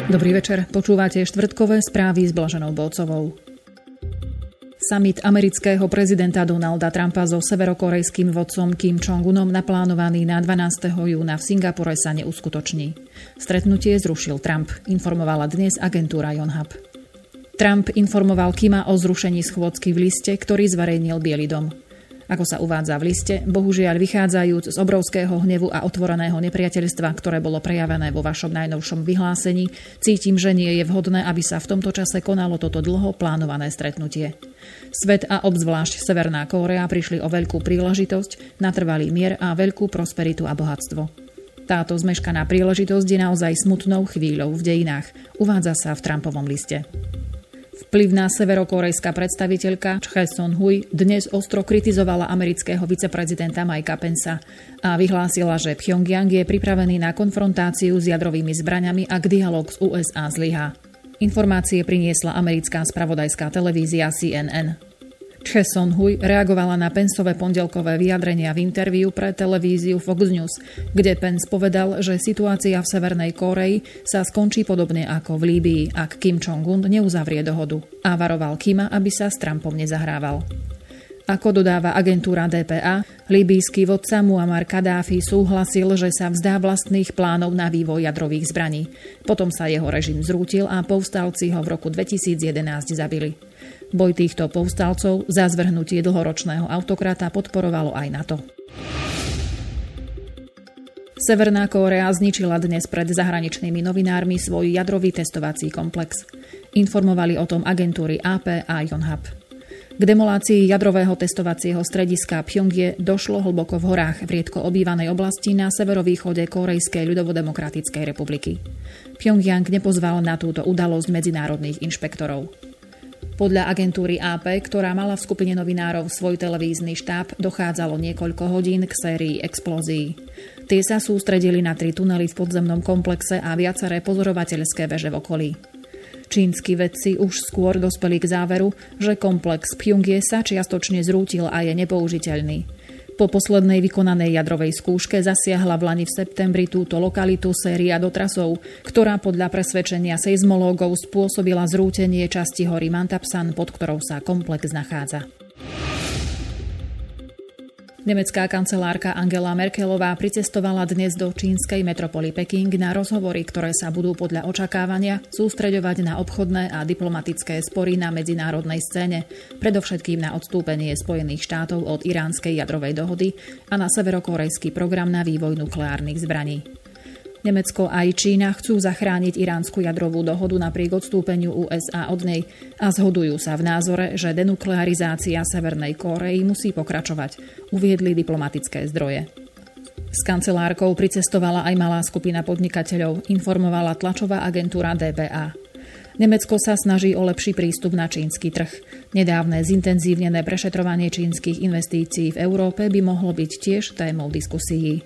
Dobrý večer, počúvate štvrtkové správy s Blaženou Bolcovou. Summit amerického prezidenta Donalda Trumpa so severokorejským vodcom Kim Jong-unom naplánovaný na 12. júna v Singapure sa neuskutoční. Stretnutie zrušil Trump, informovala dnes agentúra Yonhap. Trump informoval Kima o zrušení schôdzky v liste, ktorý zverejnil Biely dom. Ako sa uvádza v liste, bohužiaľ vychádzajúc z obrovského hnevu a otvoreného nepriateľstva, ktoré bolo prejavené vo vašom najnovšom vyhlásení, cítim, že nie je vhodné, aby sa v tomto čase konalo toto dlho plánované stretnutie. Svet a obzvlášť Severná Kórea prišli o veľkú príležitosť na trvalý mier a veľkú prosperitu a bohatstvo. Táto zmeškaná príležitosť je naozaj smutnou chvíľou v dejinách, uvádza sa v Trumpovom liste. Vplyvná severokorejská predstaviteľka Choi Son-hui dnes ostro kritizovala amerického viceprezidenta Mikea Pensa a vyhlásila, že Pyongyang je pripravený na konfrontáciu s jadrovými zbraňami, ak dialóg z USA zlyhá. Informácie priniesla americká spravodajská televízia CNN. Choi Son-hui reagovala na Pensové pondelkové vyjadrenia v interviu pre televíziu Fox News, kde Pence povedal, že situácia v Severnej Kórei sa skončí podobne ako v Líbii, ak Kim Jong-un neuzavrie dohodu, a varoval Kima, aby sa s Trumpom nezahrával. Ako dodáva agentúra DPA, líbyjský vodca Muammar Kaddáfi súhlasil, že sa vzdá vlastných plánov na vývoj jadrových zbraní. Potom sa jeho režim zrútil a povstalci ho v roku 2011 zabili. Boj týchto povstalcov za zvrhnutie dlhoročného autokrata podporovalo aj NATO. Severná Kórea zničila dnes pred zahraničnými novinármi svoj jadrový testovací komplex. Informovali o tom agentúry AP a Yonhap. K demolácii jadrového testovacieho strediska Pyongye došlo hlboko v horách v riedko obývanej oblasti na severovýchode Kórejskej ľudovodemokratickej republiky. Pyongyang nepozval na túto udalosť medzinárodných inšpektorov. Podľa agentúry AP, ktorá mala v skupine novinárov svoj televízny štáb, dochádzalo niekoľko hodín k sérii explózií. Tie sa sústredili na 3 tunely v podzemnom komplexe a viaceré pozorovateľské veže v okolí. Čínsky vedci už skôr dospeli k záveru, že komplex Pyongye sa čiastočne zrútil a je nepoužiteľný. Po poslednej vykonanej jadrovej skúške zasiahla v lani v septembri túto lokalitu séria dotrasov, ktorá podľa presvedčenia seizmológov spôsobila zrútenie časti hory Mantapsan, pod ktorou sa komplex nachádza. Nemecká kancelárka Angela Merkelová pricestovala dnes do čínskej metropoly Peking na rozhovory, ktoré sa budú podľa očakávania sústreďovať na obchodné a diplomatické spory na medzinárodnej scéne, predovšetkým na odstúpenie Spojených štátov od iránskej jadrovej dohody a na severokórejský program na vývoj nukleárnych zbraní. Nemecko aj Čína chcú zachrániť iránsku jadrovú dohodu napriek odstúpeniu USA od nej a zhodujú sa v názore, že denuklearizácia Severnej Kórei musí pokračovať, uviedli diplomatické zdroje. S kancelárkou pricestovala aj malá skupina podnikateľov, informovala tlačová agentúra DPA. Nemecko sa snaží o lepší prístup na čínsky trh. Nedávne zintenzívnené prešetrovanie čínskych investícií v Európe by mohlo byť tiež témou diskusií.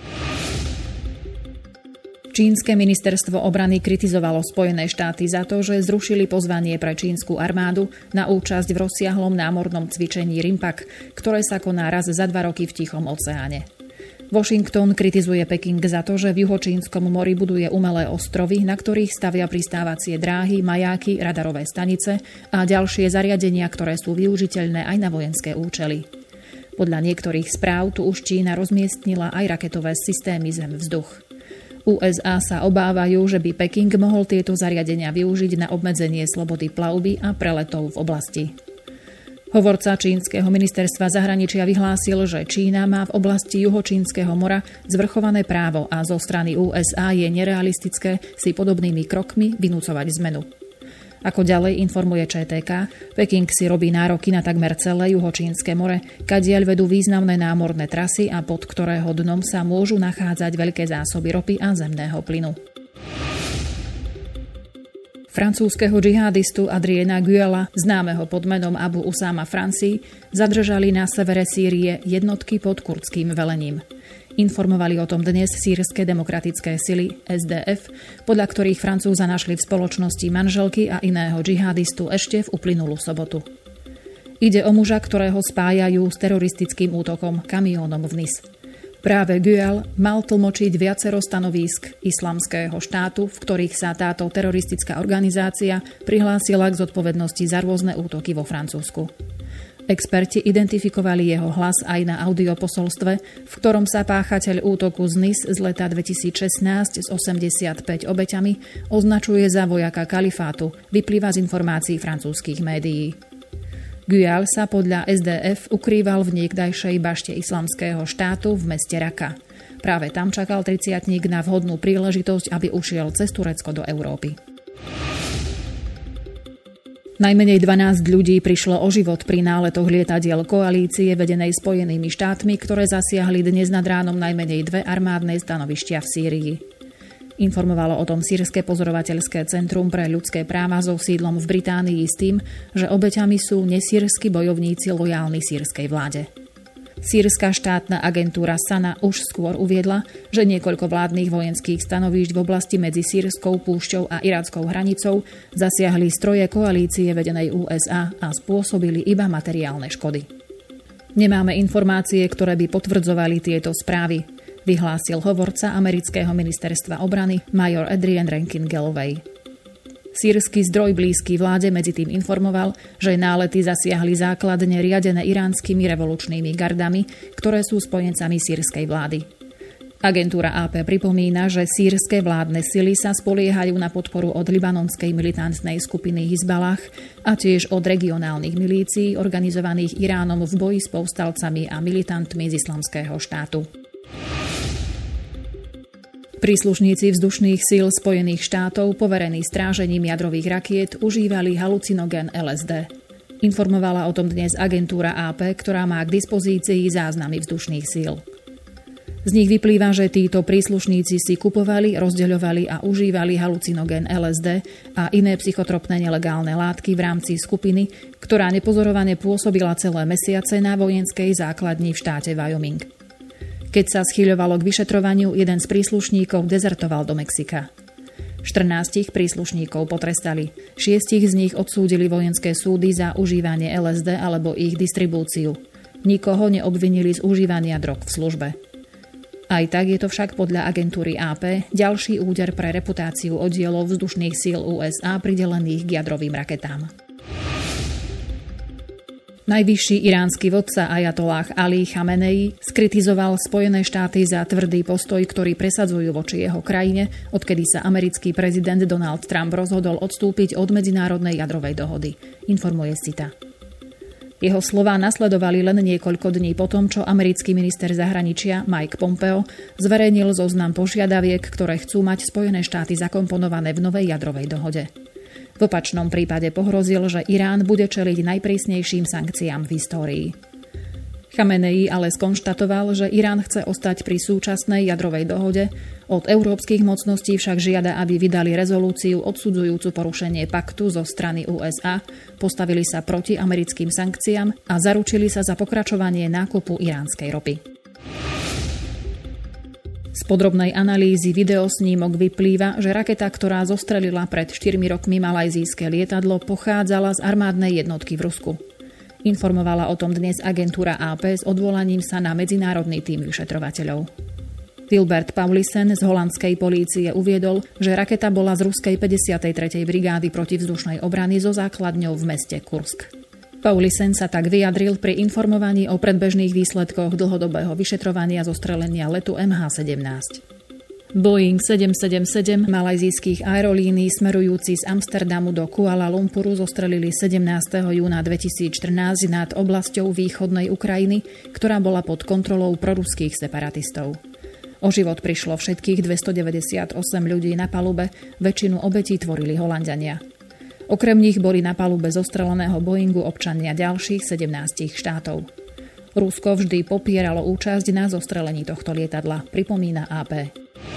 Čínske ministerstvo obrany kritizovalo Spojené štáty za to, že zrušili pozvanie pre čínsku armádu na účasť v rozsiahlom námornom cvičení Rimpak, ktoré sa koná raz za 2 roky v Tichom oceáne. Washington kritizuje Peking za to, že v juhočínskom mori buduje umelé ostrovy, na ktorých stavia pristávacie dráhy, majáky, radarové stanice a ďalšie zariadenia, ktoré sú využiteľné aj na vojenské účely. Podľa niektorých správ tu už Čína rozmiestnila aj raketové systémy zem-vzduch. USA sa obávajú, že by Peking mohol tieto zariadenia využiť na obmedzenie slobody plavby a preletov v oblasti. Hovorca čínskeho ministerstva zahraničia vyhlásil, že Čína má v oblasti juhočínskeho mora zvrchované právo a zo strany USA je nerealistické si podobnými krokmi vynúcovať zmenu. Ako ďalej informuje ČTK, Peking si robí nároky na takmer celé juhočínske more, kadiaľ vedú významné námorné trasy a pod ktorého dnom sa môžu nachádzať veľké zásoby ropy a zemného plynu. Francúzskeho džihadistu Adriana Guela, známeho pod menom Abu Usama Francii, zadržali na severe Sýrie jednotky pod kurdským velením. Informovali o tom dnes Sýrske demokratické sily SDF, podľa ktorých Francúza našli v spoločnosti manželky a iného džihadistu ešte v uplynulú sobotu. Ide o muža, ktorého spájajú s teroristickým útokom kamiónom v Nice. Práve Güell mal tlmočiť viacero stanovísk Islamského štátu, v ktorých sa táto teroristická organizácia prihlásila k zodpovednosti za rôzne útoky vo Francúzsku. Experti identifikovali jeho hlas aj na audioposolstve, v ktorom sa páchateľ útoku z Nice z leta 2016 s 85 obeťami označuje za vojaka kalifátu, vyplýva z informácií francúzskych médií. Güell sa podľa SDF ukrýval v niekdajšej bašte Islamského štátu v meste Raka. Práve tam čakal 30-tník na vhodnú príležitosť, aby ušiel cez Turecko do Európy. Najmenej 12 ľudí prišlo o život pri náletoch lietadiel koalície vedenej Spojenými štátmi, ktoré zasiahli dnes nad ránom najmenej 2 armádne stanovištia v Sýrii. Informovalo o tom Sýrske pozorovateľské centrum pre ľudské práva so sídlom v Británii s tým, že obeťami sú nesýrski bojovníci lojálni sýrskej vláde. Sýrska štátna agentúra SANA už skôr uviedla, že niekoľko vládnych vojenských stanovíšť v oblasti medzi Sýrskou púšťou a irackou hranicou zasiahli stroje koalície vedenej USA a spôsobili iba materiálne škody. Nemáme informácie, ktoré by potvrdzovali tieto správy, vyhlásil hovorca amerického ministerstva obrany major Adrian Rankin Galloway. Sýrsky zdroj blízky vláde medzitým informoval, že nálety zasiahli základne riadené iránskymi revolučnými gardami, ktoré sú spojencami sýrskej vlády. Agentúra AP pripomína, že sýrske vládne sily sa spoliehajú na podporu od libanonskej militantnej skupiny Hizbalah a tiež od regionálnych milícií organizovaných Iránom v boji s povstalcami a militantmi z Islamského štátu. Príslušníci vzdušných síl Spojených štátov poverení strážením jadrových rakiet užívali halucinogén LSD. Informovala o tom dnes agentúra AP, ktorá má k dispozícii záznamy vzdušných síl. Z nich vyplýva, že títo príslušníci si kupovali, rozdeľovali a užívali halucinogén LSD a iné psychotropné nelegálne látky v rámci skupiny, ktorá nepozorovane pôsobila celé mesiace na vojenskej základni v štáte Wyoming. Keď sa schyľovalo k vyšetrovaniu, jeden z príslušníkov dezertoval do Mexika. 14 príslušníkov potrestali, 6 z nich odsúdili vojenské súdy za užívanie LSD alebo ich distribúciu. Nikoho neobvinili z užívania drog v službe. Aj tak je to však podľa agentúry AP ďalší úder pre reputáciu oddielov vzdušných síl USA pridelených k jadrovým raketám. Najvyšší iránsky vodca ajatolláh Ali Chamenei skritizoval Spojené štáty za tvrdý postoj, ktorý presadzujú voči jeho krajine, odkedy sa americký prezident Donald Trump rozhodol odstúpiť od medzinárodnej jadrovej dohody, informuje SITA. Jeho slová nasledovali len niekoľko dní potom, čo americký minister zahraničia Mike Pompeo zverejnil zoznam požiadaviek, ktoré chcú mať Spojené štáty zakomponované v novej jadrovej dohode. V opačnom prípade pohrozil, že Irán bude čeliť najprísnejším sankciám v histórii. Chamenei ale skonštatoval, že Irán chce ostať pri súčasnej jadrovej dohode, od európskych mocností však žiada, aby vydali rezolúciu odsudzujúcu porušenie paktu zo strany USA, postavili sa proti americkým sankciám a zaručili sa za pokračovanie nákupu iránskej ropy. Z podrobnej analýzy videosnímok vyplýva, že raketa, ktorá zostrelila pred 4 rokmi malajzijské lietadlo, pochádzala z armádnej jednotky v Rusku. Informovala o tom dnes agentúra AP s odvolaním sa na medzinárodný tím vyšetrovateľov. Wilbert Paulisen z holandskej polície uviedol, že raketa bola z ruskej 53. brigády protivzdušnej obrany so základňou v meste Kursk. Paulisen sa tak vyjadril pri informovaní o predbežných výsledkoch dlhodobého vyšetrovania zostrelenia letu MH17. Boeing 777 malajzijských aerolínií smerujúci z Amsterdamu do Kuala Lumpuru zostrelili 17. júna 2014 nad oblasťou východnej Ukrajiny, ktorá bola pod kontrolou proruských separatistov. O život prišlo všetkých 298 ľudí na palube, väčšinu obetí tvorili Holanďania. Okrem nich boli na palube zostreleného Boeingu občania ďalších 17 štátov. Rusko vždy popieralo účasť na zostrelení tohto lietadla, pripomína AP.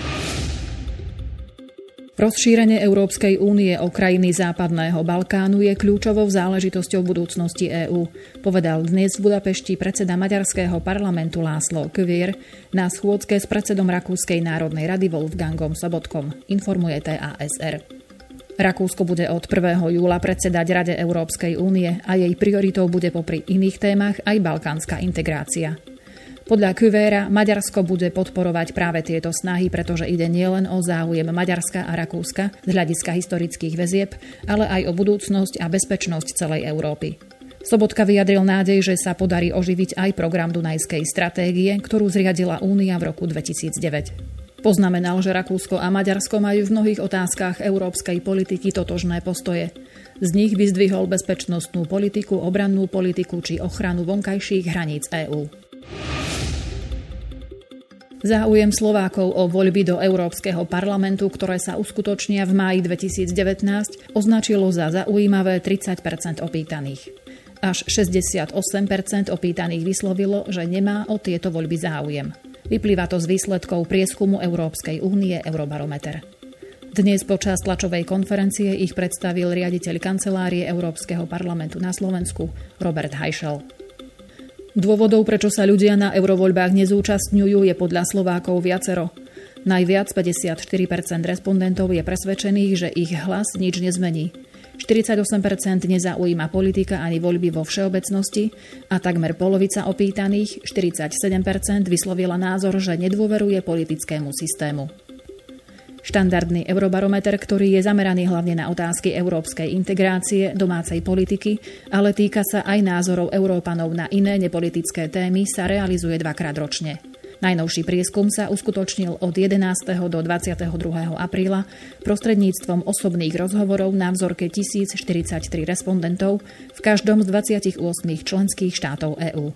Rozšírenie Európskej únie o krajiny Západného Balkánu je kľúčovou záležitosťou budúcnosti EÚ, povedal dnes v Budapešti predseda maďarského parlamentu László Kövér na schôdzke s predsedom Rakúskej národnej rady Wolfgangom Sobotkom, informuje TASR. Rakúsko bude od 1. júla predsedať Rade Európskej únie a jej prioritou bude popri iných témach aj balkánska integrácia. Podľa Küvéra Maďarsko bude podporovať práve tieto snahy, pretože ide nielen o záujem Maďarska a Rakúska z hľadiska historických väzieb, ale aj o budúcnosť a bezpečnosť celej Európy. Sobotka vyjadril nádej, že sa podarí oživiť aj program Dunajskej stratégie, ktorú zriadila Únia v roku 2009. Poznamenal, že Rakúsko a Maďarsko majú v mnohých otázkach európskej politiky totožné postoje. Z nich vyzdvihol bezpečnostnú politiku, obrannú politiku či ochranu vonkajších hraníc EÚ. Záujem Slovákov o voľby do Európskeho parlamentu, ktoré sa uskutočnia v máji 2019, označilo za zaujímavé 30% opýtaných. Až 68% opýtaných vyslovilo, že nemá o tieto voľby záujem. Vyplýva to z výsledkov prieskumu Európskej únie Eurobarometer. Dnes počas tlačovej konferencie ich predstavil riaditeľ kancelárie Európskeho parlamentu na Slovensku Robert Hajšel. Dôvodov, prečo sa ľudia na eurovoľbách nezúčastňujú, je podľa Slovákov viacero. Najviac 54% respondentov je presvedčených, že ich hlas nič nezmení. 48% nezaujíma politika ani voľby vo všeobecnosti a takmer polovica opýtaných, 47%, vyslovila názor, že nedôveruje politickému systému. Štandardný Eurobarometer, ktorý je zameraný hlavne na otázky európskej integrácie, domácej politiky, ale týka sa aj názorov Európanov na iné nepolitické témy, sa realizuje 2-krát ročne. Najnovší prieskum sa uskutočnil od 11. do 22. apríla prostredníctvom osobných rozhovorov na vzorke 1043 respondentov v každom z 28 členských štátov EÚ.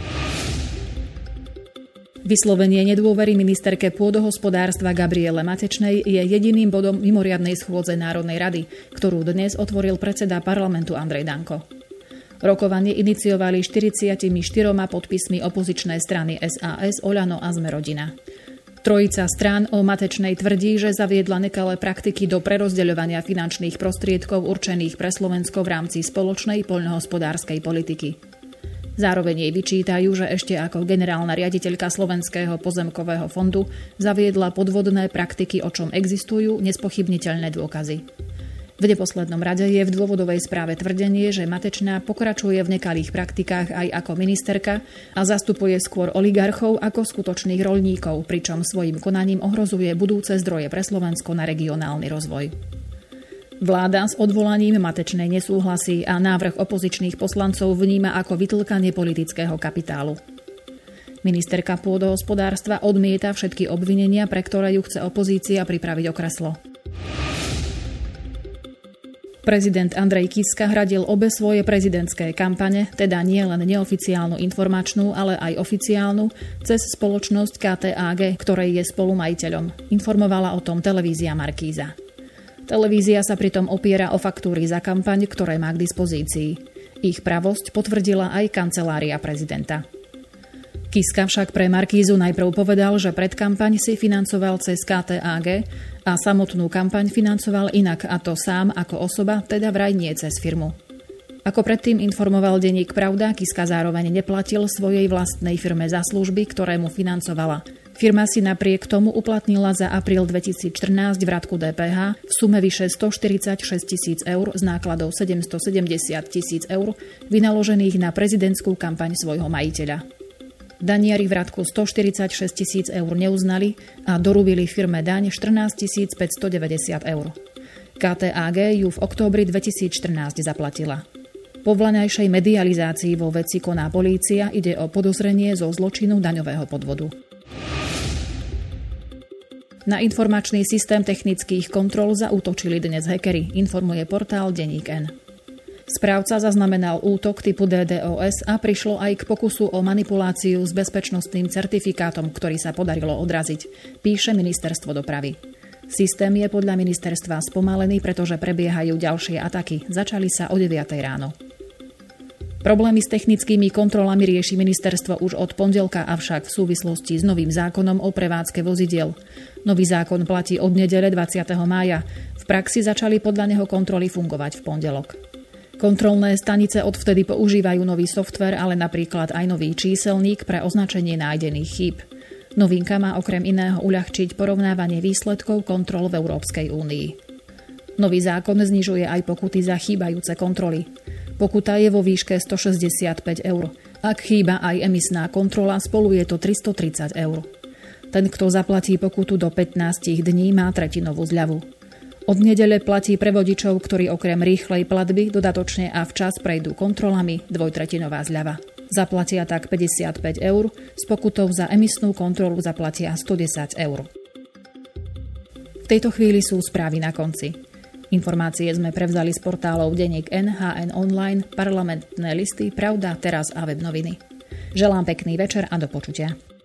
Vyslovenie nedôvery ministerke pôdohospodárstva Gabriele Matečnej je jediným bodom mimoriadnej schôdze Národnej rady, ktorú dnes otvoril predseda parlamentu Andrej Danko. Rokovanie iniciovali 44 podpismi opozičnej strany SAS, Oľano a Sme rodina. Trojica strán o Matečnej tvrdí, že zaviedla nekalé praktiky do prerozdeľovania finančných prostriedkov určených pre Slovensko v rámci spoločnej poľnohospodárskej politiky. Zároveň jej vyčítajú, že ešte ako generálna riaditeľka Slovenského pozemkového fondu zaviedla podvodné praktiky, o čom existujú nespochybniteľné dôkazy. V neposlednom rade je v dôvodovej správe tvrdenie, že Matečná pokračuje v nekalých praktikách aj ako ministerka a zastupuje skôr oligarchov ako skutočných roľníkov, pričom svojim konaním ohrozuje budúce zdroje pre Slovensko na regionálny rozvoj. Vláda s odvolaním Matečnej nesúhlasí a návrh opozičných poslancov vníma ako vytlkanie politického kapitálu. Ministerka pôdohospodárstva odmieta všetky obvinenia, pre ktoré ju chce opozícia pripraviť o kreslo. Prezident Andrej Kiska hradil obe svoje prezidentské kampane, teda nie len neoficiálnu informačnú, ale aj oficiálnu, cez spoločnosť KTAG, ktorej je spolumajiteľom. Informovala o tom televízia Markíza. Televízia sa pritom opiera o faktúry za kampaň, ktoré má k dispozícii. Ich pravosť potvrdila aj kancelária prezidenta. Kiska však pre Markízu najprv povedal, že predkampaň si financoval cez KTAG a samotnú kampaň financoval inak, a to sám ako osoba, teda vraj nie cez firmu. Ako predtým informoval denník Pravda, Kiska zároveň neplatil svojej vlastnej firme za služby, ktoré mu financovala. Firma si napriek tomu uplatnila za apríl 2014 vratku DPH v sume vyše 146 000 eur z nákladov 770 000 eur vynaložených na prezidentskú kampaň svojho majiteľa. Daniari vratku 146 000 eur neuznali a dorúbili firme daň 14 590 eur. KTAG ju v októbri 2014 zaplatila. Po vlaňajšej medializácii vo veci koná polícia, ide o podozrenie zo zločinu daňového podvodu. Na informačný systém technických kontrol zaútočili dnes hackeri, informuje portál Denník N. Správca zaznamenal útok typu DDoS a prišlo aj k pokusu o manipuláciu s bezpečnostným certifikátom, ktorý sa podarilo odraziť, píše Ministerstvo dopravy. Systém je podľa ministerstva spomalený, pretože prebiehajú ďalšie ataky. Začali sa o 9 ráno. Problémy s technickými kontrolami rieši ministerstvo už od pondelka, avšak v súvislosti s novým zákonom o prevádzke vozidiel. Nový zákon platí od nedele 20. mája. V praxi začali podľa neho kontroly fungovať v pondelok. Kontrolné stanice odvtedy používajú nový softvér, ale napríklad aj nový číselník pre označenie nájdených chýb. Novinka má okrem iného uľahčiť porovnávanie výsledkov kontrol v Európskej únii. Nový zákon znižuje aj pokuty za chýbajúce kontroly. Pokuta je vo výške 165 eur. Ak chýba aj emisná kontrola, spolu je to 330 eur. Ten, kto zaplatí pokutu do 15 dní, má tretinovú zľavu. Od nedele platí pre vodičov, ktorí okrem rýchlej platby dodatočne a včas prejdú kontrolami, dvojtretinová zľava. Zaplatia tak 55 eur, s pokutou za emisnú kontrolu zaplatia 110 eur. V tejto chvíli sú správy na konci. Informácie sme prevzali z portálov Denník N, HN Online, Parlamentné listy, Pravda, Teraz a Web noviny. Želám pekný večer a do počutia.